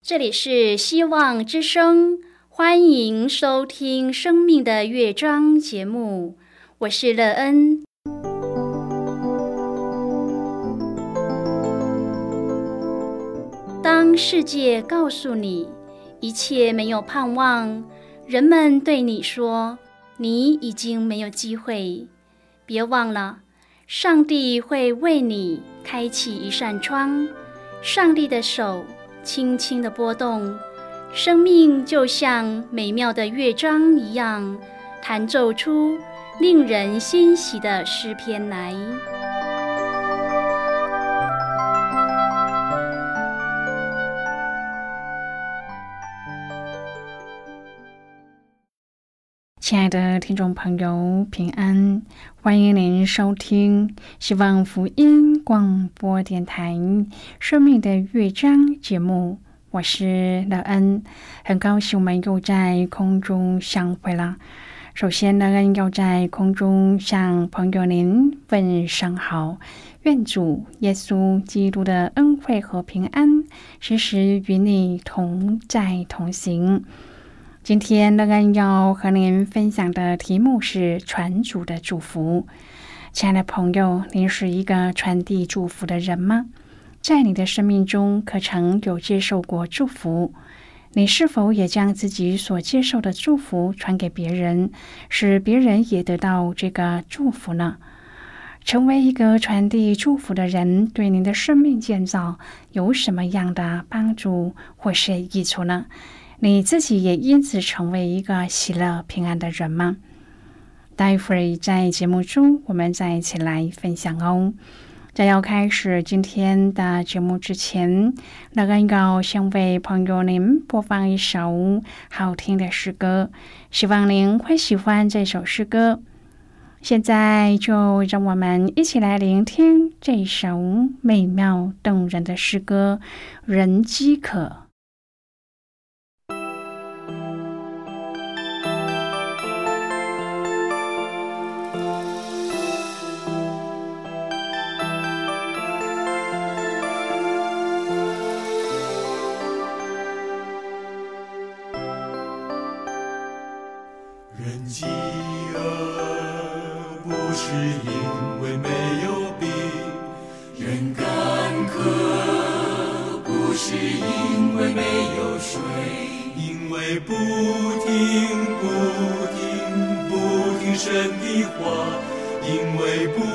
这里是希望之声，欢迎收听生命的乐章节目，我是乐恩。当世界告诉你一切没有盼望，人们对你说你已经没有机会，别忘了，上帝会为你开启一扇窗，上帝的手轻轻地拨动，生命就像美妙的乐章一样，弹奏出令人欣喜的诗篇来。 亲爱的听众朋友，平安！欢迎您收听希望福音广播电台《生命的乐章》节目，我是乐恩，很高兴我们又在空中相会了。首先，乐恩要在空中向朋友您问声好，愿主耶稣基督的恩惠和平安时时与你同在同行。今天乐恩要和您分享的题目是传主的祝福。亲爱的朋友，您是一个传递祝福的人吗？在你的生命中可曾有接受过祝福？你是否也将自己所接受的祝福传给别人，使别人也得到这个祝福呢？成为一个传递祝福的人，对您的生命建造有什么样的帮助或是益处呢？你自己也因此成为一个喜乐平安的人吗？待会儿在节目中我们再一起来分享哦。在要开始今天的节目之前，乐恩要先为朋友您播放一首好听的诗歌，希望您会喜欢这首诗歌。现在就让我们一起来聆听这首美妙动人的诗歌《人饥渴》。 人饥饿不是因为没有饼，人干渴不是因为没有水，因为不听神的话，因为不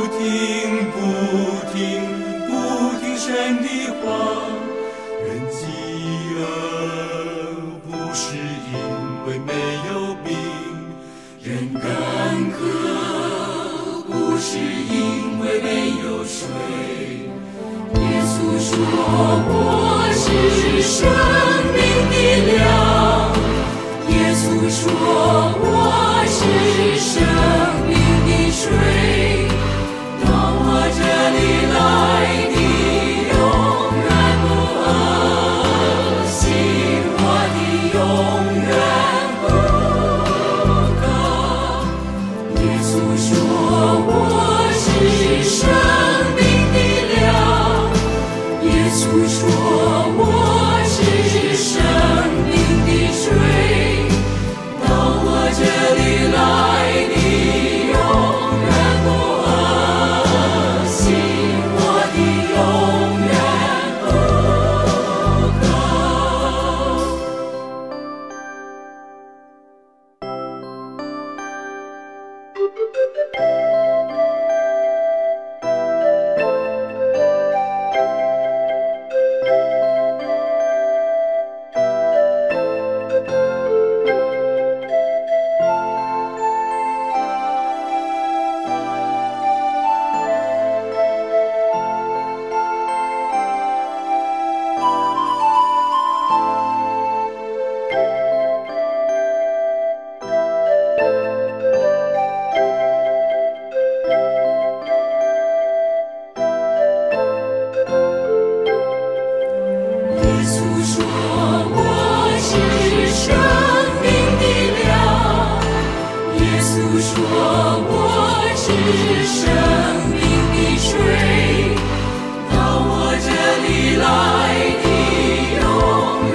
听神的话。人饥饿不是因为没有饼，人干渴不是因为没有水。耶稣说我是生命的粮，耶稣说我是生命的水，到我这里来的永远不饿，信我的永远不渴。耶稣说我是生命的粮，耶稣说我是生命的水，到我这里来的永远不饿，信我的永远不渴。来的永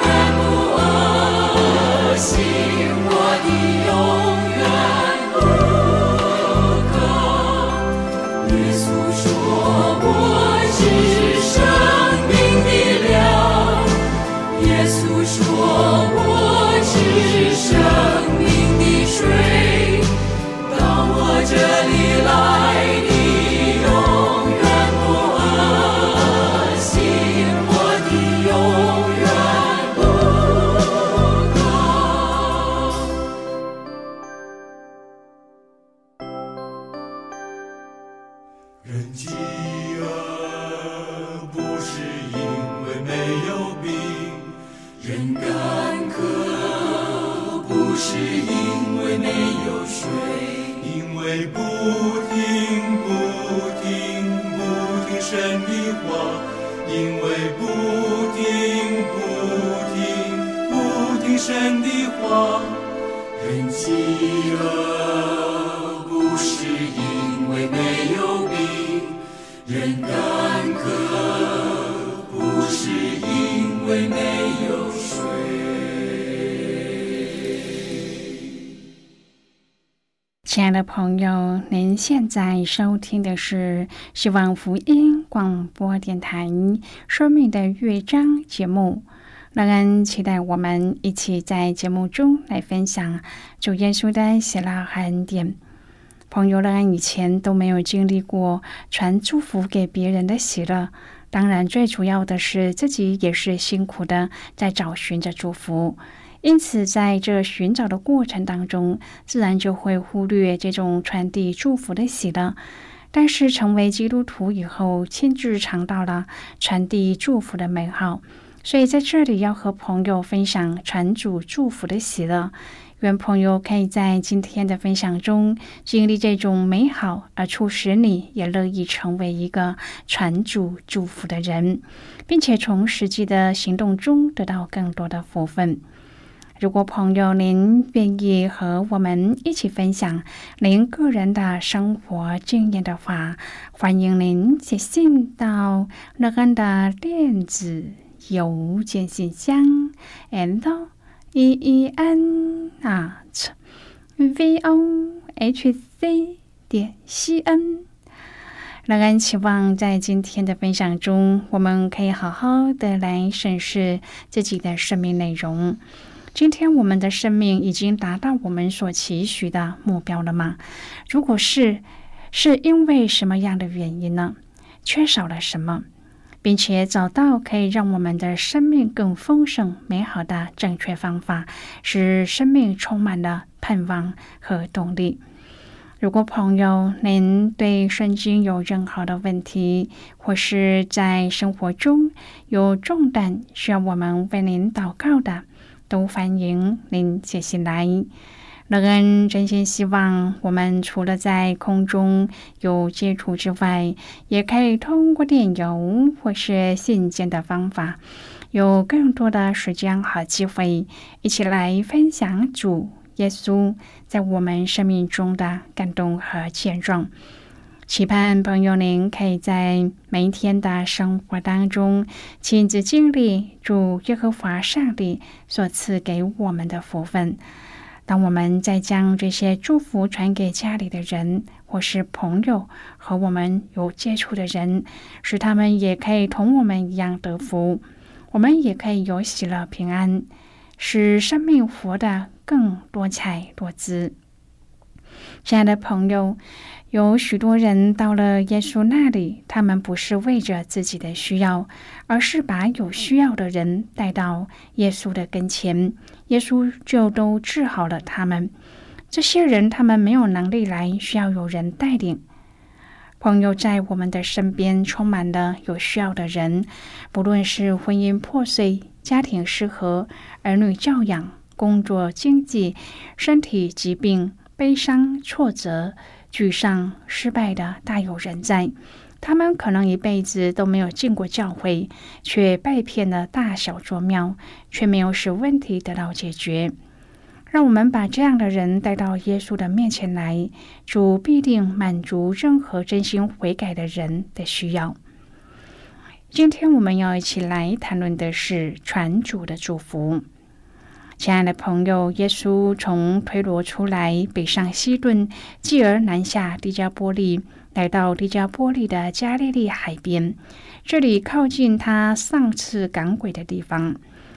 是生命的水，到我这里来，你永远不恶心，我的永远不高。人饥饿不是因为没有饼，人干渴不是因为没有水，因为不听神的话，因为不听神的话。人饥饿不是因为没有饼，人干渴不是因为没有水。 亲爱的朋友，您现在收听的是希望福音广播电台生命的乐章节目。让人期待我们一起在节目中来分享主耶稣的喜乐和恩典。朋友，让人以前都没有经历过传祝福给别人的喜乐，当然最主要的是自己也是辛苦的在找寻着祝福，因此在这寻找的过程当中，自然就会忽略这种传递祝福的喜乐。但是成为基督徒以后，亲自尝到了传递祝福的美好，所以在这里要和朋友分享传主祝福的喜乐。愿朋友可以在今天的分享中经历这种美好，而促使你也乐意成为一个传主祝福的人，并且从实际的行动中得到更多的福分。如果朋友您愿意和我们一起分享您个人的生活经验的话，欢迎您写信到乐恩的电子邮件信箱 LEEN@vohc.cn。乐恩期望在今天的分享中，我们可以好好的来审视自己的生命内容。今天我们的生命已经达到我们所期许的目标了吗？如果是因为什么样的原因呢？缺少了什么？并且找到可以让我们的生命更丰盛美好的正确方法，使生命充满了盼望和动力。如果朋友您对圣经有任何的问题，或是在生活中有重担需要我们为您祷告的，都欢迎您写信来。乐恩真心希望我们除了在空中有接触之外，也可以通过电邮或是信件的方法，有更多的时间和机会一起来分享主耶稣在我们生命中的感动和见证。期盼朋友您可以在每一天的生活当中亲自经历主耶和华上帝所赐给我们的福分。当我们再将这些祝福传给家里的人或是朋友和我们有接触的人，使他们也可以同我们一样得福，我们也可以有喜乐平安，使生命活得更多彩多姿。亲爱的朋友，有许多人到了耶稣那里，他们不是为着自己的需要，而是把有需要的人带到耶稣的跟前，耶稣就都治好了他们。这些人他们没有能力来，需要有人带领。朋友，在我们的身边充满了有需要的人，不论是婚姻破碎、家庭失和、儿女教养、工作经济、身体疾病、悲伤挫折、沮丧失败的大有人在。他们可能一辈子都没有进过教会，却拜遍了大小座庙，却没有使问题得到解决。让我们把这样的人带到耶稣的面前来，主必定满足任何真心悔改的人的需要。今天我们要一起来谈论的是传主的祝福。亲爱的朋友，耶稣从推罗出来，北上西顿，继而南下低加波利，来到低加波利的加利利海边，这里靠近他上次赶鬼的地方。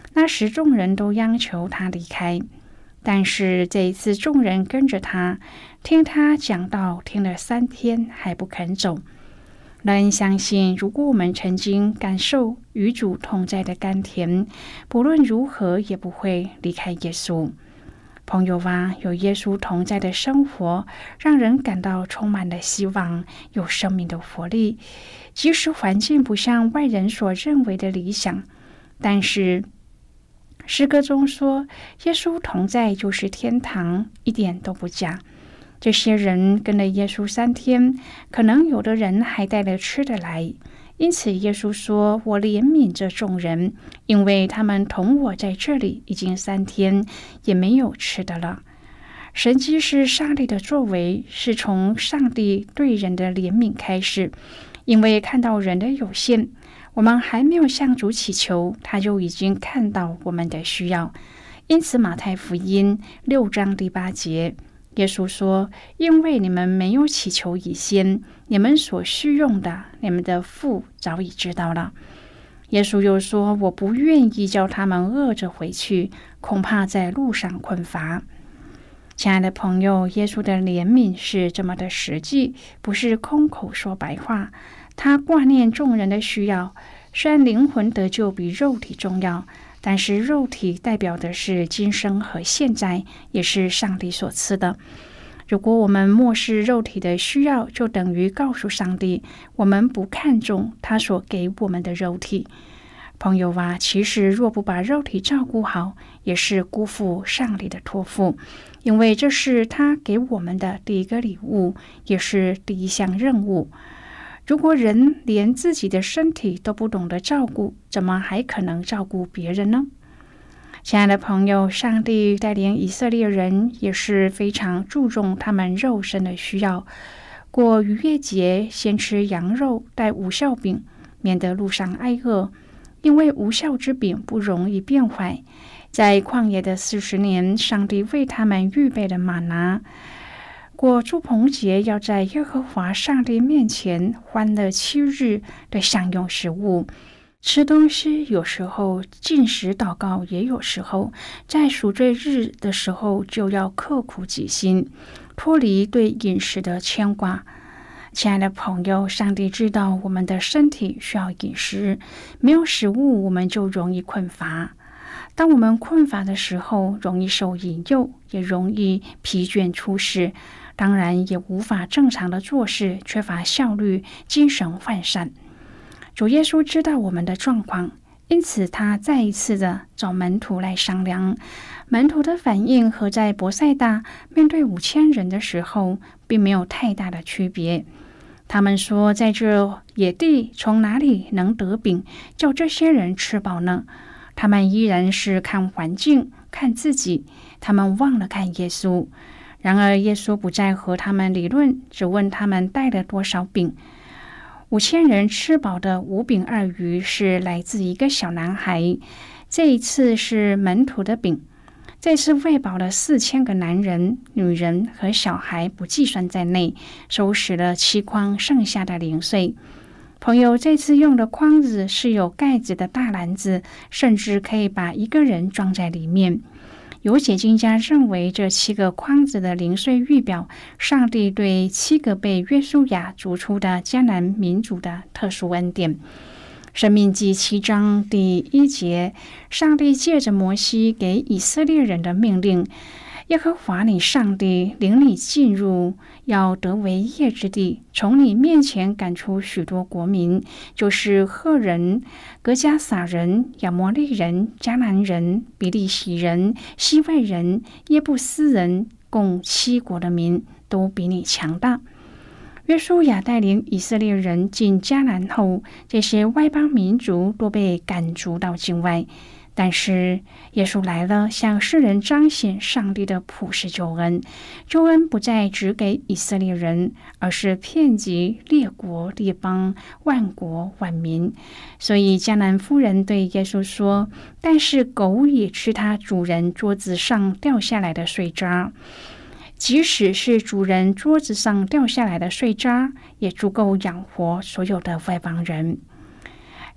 那时众人都央求他离开，但是这一次众人跟着他，听他讲道，听了3天还不肯走。人相信，如果我们曾经感受与主同在的甘甜，不论如何也不会离开耶稣。朋友啊，有耶稣同在的生活，让人感到充满了希望，有生命的活力。即使环境不像外人所认为的理想，但是诗歌中说，耶稣同在就是天堂，一点都不假。这些人跟了耶稣3天，可能有的人还带了吃的来，因此耶稣说，我怜悯这众人，因为他们同我在这里已经3天，也没有吃的了。神迹是上帝的作为，是从上帝对人的怜悯开始，因为看到人的有限，我们还没有向主祈求，他就已经看到我们的需要。因此马太福音6章第8节，耶稣说，因为你们没有祈求以先，你们所需用的，你们的父早已知道了。耶稣又说，我不愿意叫他们饿着回去，恐怕在路上困乏。亲爱的朋友，耶稣的怜悯是这么的实际，不是空口说白话。他挂念众人的需要，虽然灵魂得救比肉体重要，但是肉体代表的是今生和现在，也是上帝所赐的。如果我们漠视肉体的需要，就等于告诉上帝，我们不看重他所给我们的肉体。朋友啊，其实若不把肉体照顾好，也是辜负上帝的托付，因为这是他给我们的第一个礼物，也是第一项任务。如果人连自己的身体都不懂得照顾，怎么还可能照顾别人呢？亲爱的朋友，上帝带领以色列人也是非常注重他们肉身的需要。过逾越节先吃羊肉，带无酵饼，免得路上挨饿，因为无酵之饼不容易变坏。在旷野的40年，上帝为他们预备了玛拿。过住棚节要在耶和华上帝面前欢乐7日的享用食物，吃东西有时候禁食祷告，也有时候在赎罪日的时候就要刻苦己心，脱离对饮食的牵挂。亲爱的朋友，上帝知道我们的身体需要饮食，没有食物我们就容易困乏。当我们困乏的时候，容易受引诱，也容易疲倦出事，当然也无法正常的做事，缺乏效率，精神涣散。主耶稣知道我们的状况，因此他再一次的找门徒来商量。门徒的反应和在伯赛大面对5000人的时候并没有太大的区别。他们说，在这野地从哪里能得饼叫这些人吃饱呢？他们依然是看环境，看自己，他们忘了看耶稣。然而耶稣不再和他们理论，只问他们带了多少饼。5000人吃饱的5饼2鱼是来自一个小男孩，这一次是门徒的饼。这次喂饱了4000个男人、女人和小孩不计算在内，收拾了7筐剩下的零碎。朋友，这次用的筐子是有盖子的大篮子，甚至可以把1个人装在里面。有解经家认为，这7个筐子的零碎预表上帝对7个被约书亚逐出的迦南民族的特殊恩典。申命记7章第1节，上帝借着摩西给以色列人的命令，耶和华你上帝领你进入要得为业之地，从你面前赶出许多国民，就是赫人、革迦撒人、亚摩利人、迦南人、比利洗人、西魏人、耶布斯人，共7国的民，都比你强大。约书亚带领以色列人进迦南后，这些外邦民族都被赶逐到境外。但是耶稣来了，向世人彰显上帝的普世救恩。救恩不再只给以色列人，而是遍及列国列邦、万国万民。所以迦南妇人对耶稣说，但是狗也吃它主人桌子上掉下来的碎渣。即使是主人桌子上掉下来的碎渣，也足够养活所有的外邦人。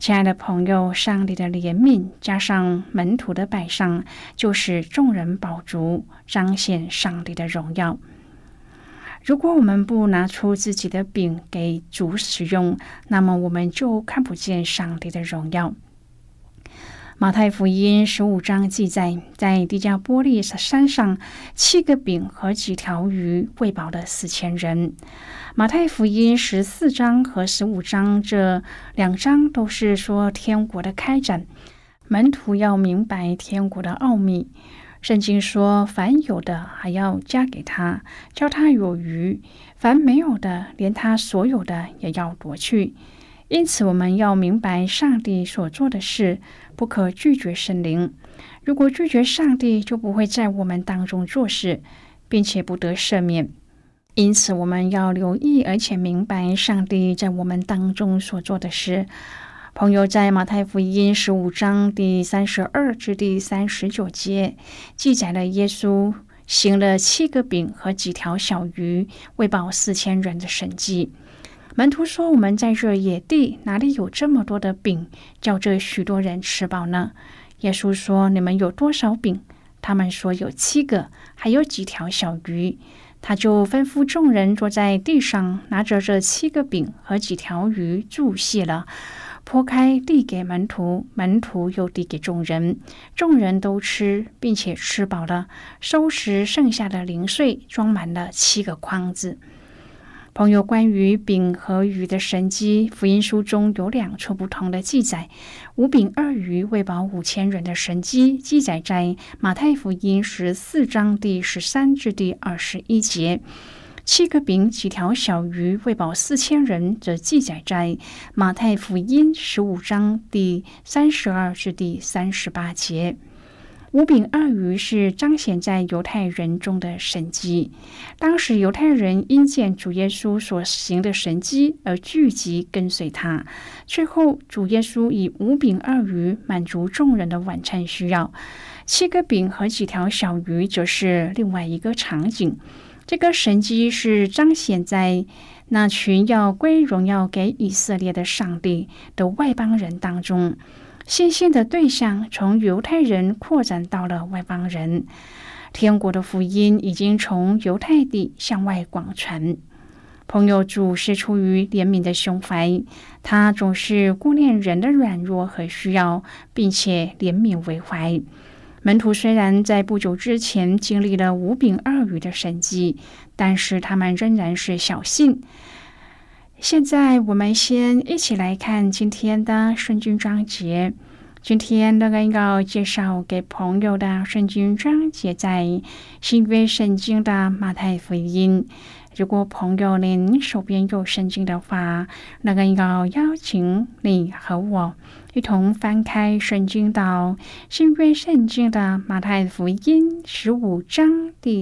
亲爱的朋友，上帝的怜悯加上门徒的摆上，就使众人饱足，彰显上帝的荣耀。如果我们不拿出自己的饼给主使用，那么我们就看不见上帝的荣耀。马太福音15章记载，在低加波利山上7个饼和几条鱼喂饱了4000人。马太福音14章和15章这2章都是说天国的开展，门徒要明白天国的奥秘。圣经说，凡有的还要加给他，叫他有余；凡没有的，连他所有的也要夺去。因此，我们要明白上帝所做的事，不可拒绝圣灵。如果拒绝上帝，就不会在我们当中做事，并且不得赦免。因此，我们要留意而且明白上帝在我们当中所做的事。朋友，在马太福音15章第32至第39节记载了耶稣行了7个饼和几条小鱼喂饱4000人的神迹。门徒说，我们在这野地哪里有这么多的饼，叫这许多人吃饱呢？耶稣说，你们有多少饼？他们说有7个，还有几条小鱼。他就吩咐众人坐在地上，拿着这7个饼和几条鱼注谢了，剖开递给门徒，门徒又递给众人，众人都吃，并且吃饱了，收拾剩下的零碎，装满了7个筐子。朋友，关于饼和鱼的神迹，福音书中有2处不同的记载。5饼2鱼喂饱5000人的神迹，记载在马太福音14章第13至第21节。7个饼几条小鱼喂饱4000人，则记载在马太福音15章第32至第38节。5饼2鱼是彰显在犹太人中的神迹。当时犹太人因见主耶稣所行的神迹而聚集跟随他。最后主耶稣以5饼2鱼满足众人的晚餐需要。7个饼和几条小鱼则是另外一个场景。这个神迹是彰显在那群要归荣耀给以色列的上帝的外邦人当中。信心的对象从犹太人扩展到了外邦人，天国的福音已经从犹太地向外广传。朋友，主是出于怜悯的胸怀，他总是顾念人的软弱和需要，并且怜悯为怀。门徒虽然在不久之前经历了5饼2鱼的神迹，但是他们仍然是小信。现在我们先一起来看今天的圣经章节。今天要介绍给朋友的圣经章节在新约圣经的马太福音。如果朋友您手边有圣经的话，要邀请你和我一同翻开圣经到新约圣经的马太福音15章第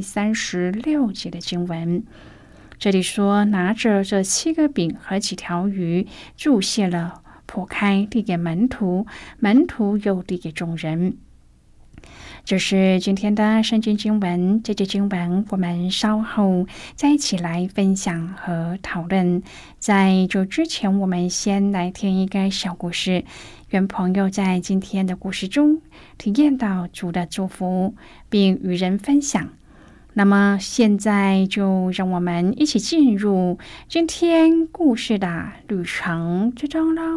36节的经文。这里说，拿着这7个饼和几条鱼注谢了，剖开递给门徒，门徒又递给众人。这是今天的圣经经文，这节经文我们稍后再一起来分享和讨论。在这之前，我们先来听一个小故事，愿朋友在今天的故事中体验到主的祝福，并与人分享。那么现在就让我们一起进入今天故事的旅程之中喽。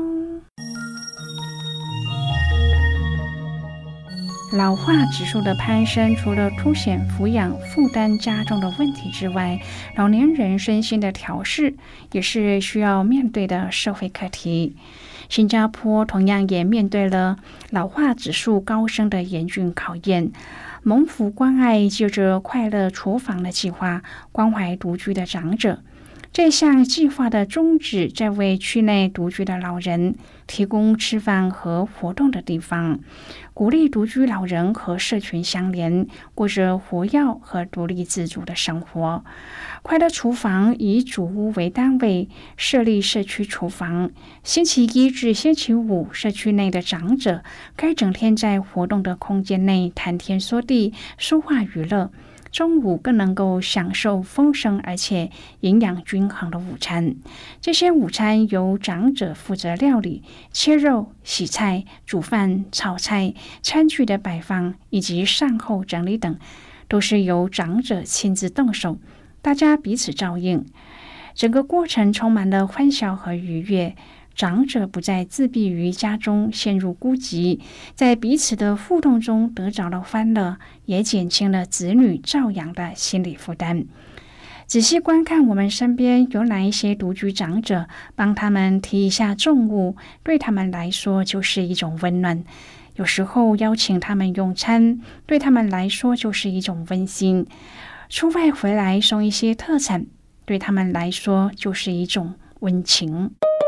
老化指数的攀升，除了凸显抚养负担加重的问题之外，老年人身心的调适也是需要面对的社会课题。新加坡同样也面对了老化指数高升的严峻考验。蒙福关爱借着快乐厨房的计划，关怀独居的长者。这项计划的宗旨在为区内独居的老人提供吃饭和活动的地方，鼓励独居老人和社群相连，过着活跃和独立自主的生活。快乐厨房以主屋为单位设立社区厨房，星期一至星期五，社区内的长者该整天在活动的空间内谈天说地、说话娱乐。 中午更能够享受丰盛而且营养均衡的午餐。这些午餐由长者负责料理、切肉、洗菜、煮饭、炒菜、餐具的摆放以及善后整理等，都是由长者亲自动手，大家彼此照应。整个过程充满了欢笑和愉悦，长者不再自闭于家中，陷入孤寂，在彼此的互动中得着了欢乐，也减轻了子女照养的心理负担。仔细观看我们身边有哪一些独居长者，帮他们提一下重物，对他们来说就是一种温暖。有时候邀请他们用餐，对他们来说就是一种温馨。出外回来送一些特产，对他们来说就是一种温情。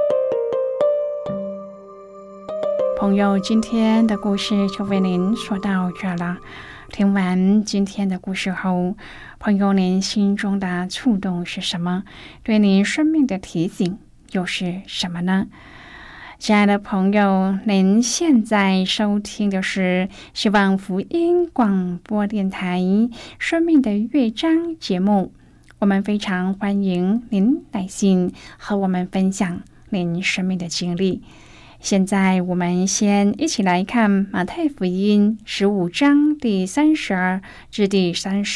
朋友，今天的故事就为您说到这了。听完今天的故事后，朋友您心中的触动是什么？对您生命的提醒又是什么呢？亲爱的朋友，您现在收听的是希望福音广播电台生命的乐章节目。我们非常欢迎您来信和我们分享您生命的经历。现在我们先一起来看马太福音15章第32至第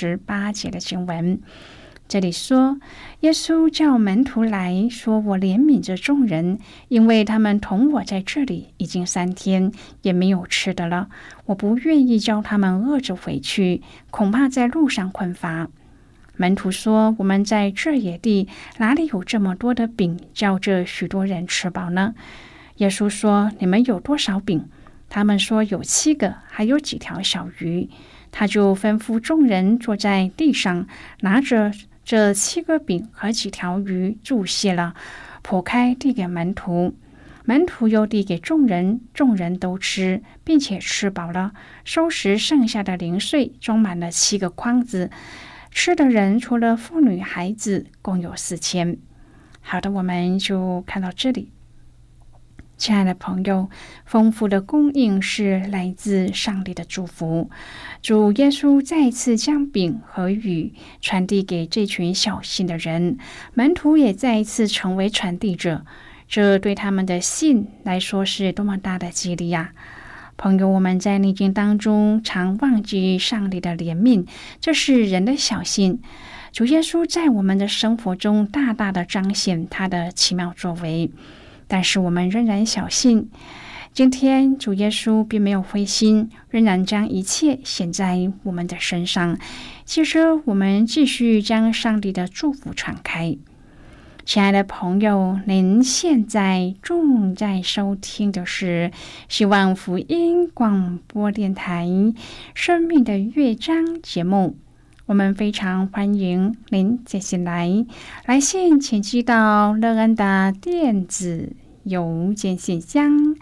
38节的经文。这里说，耶稣叫门徒来说，我怜悯这众人，因为他们同我在这里已经3天，也没有吃的了。我不愿意叫他们饿着回去，恐怕在路上困乏。门徒说，我们在这野地哪里有这么多的饼，叫这许多人吃饱呢？耶稣说，你们有多少饼？他们说有7个，还有几条小鱼。他就吩咐众人坐在地上，拿着这7个饼和几条鱼注谢了，剖开递给门徒。门徒又递给众人，众人都吃，并且吃饱了，收拾剩下的零碎，装满了7个筐子。吃的人除了妇女孩子，共有4000。好的，我们就看到这里。亲爱的朋友，丰富的供应是来自上帝的祝福。主耶稣再次将饼和鱼传递给这群小信的人，门徒也再一次成为传递者，这对他们的信来说是多么大的激励啊！朋友，我们在逆境当中常忘记上帝的怜悯，这是人的小信。主耶稣在我们的生活中大大的彰显他的奇妙作为，但是我们仍然小信。今天主耶稣并没有灰心，仍然将一切显在我们的身上。接着我们继续将上帝的祝福传开。亲爱的朋友，您现在正在收听的是希望福音广播电台生命的乐章节目。我们非常欢迎您接下来信请寄到乐安的电子邮件信箱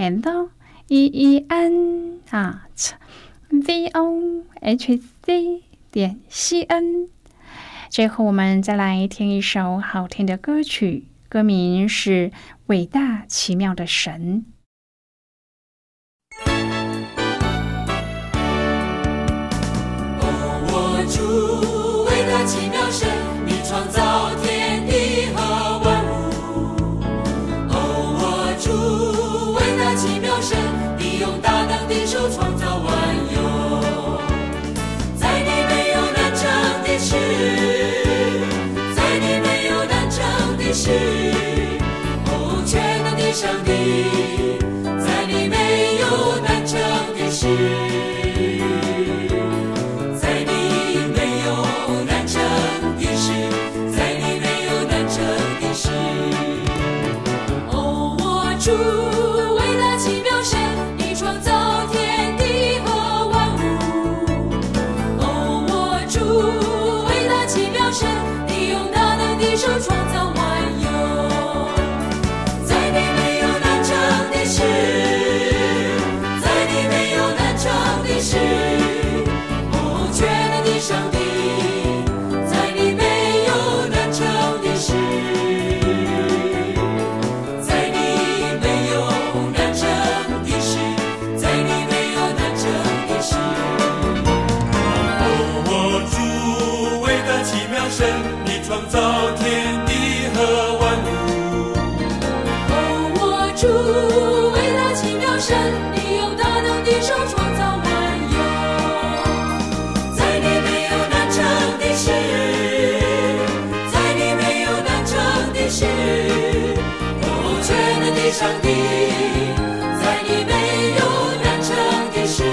LEEN@vohc.cn。最后我们再来听一首好听的歌曲，歌名是《伟大奇妙的神》。 我主，伟大奇妙神，你创造天地和万物。我主，伟大奇妙神，你用大能的手创造万有。在你没有难成的事，在你没有难成的事。全能的上帝，在你没有难成的事。 奇妙神，你创造天地和万物。 哦，我主，伟大奇妙神，你用大能的手创造万有，在你没有难成的事，在你没有难成的事。哦，全能的上帝，在你没有难成的事。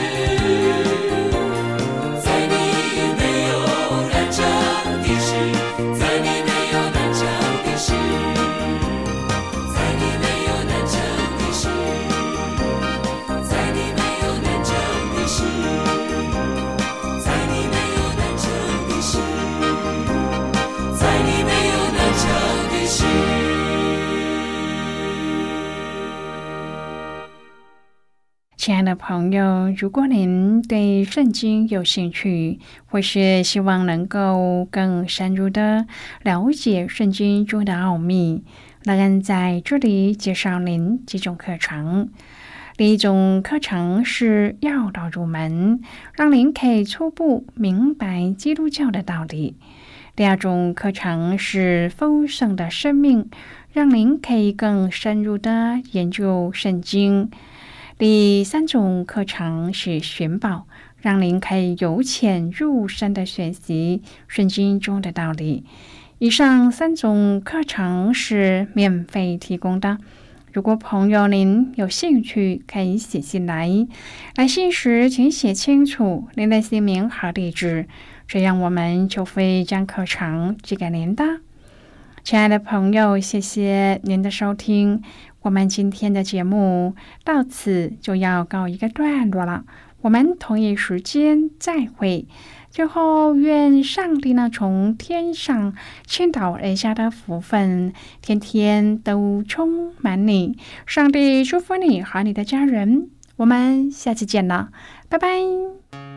亲爱的朋友，如果您对圣经有兴趣，或是希望能够更深入的了解圣经中的奥秘，乐恩在这里介绍您几种课程。第一种课程是要道入门，让您可以初步明白基督教的道理。第二种课程是丰盛的生命，让您可以更深入的研究圣经。第三种课程是寻宝，让您可以由浅入深的学习圣经中的道理。以上三种课程是免费提供的，如果朋友您有兴趣，可以写信来。来信时请写清楚您的姓名和地址，这样我们就会将课程寄给您的。亲爱的朋友，谢谢您的收听，我们今天的节目到此就要告一个段落了，我们同一时间再会。最后，愿上帝呢从天上倾倒而下的福分，天天都充满你。上帝祝福你和你的家人，我们下次见了，拜拜。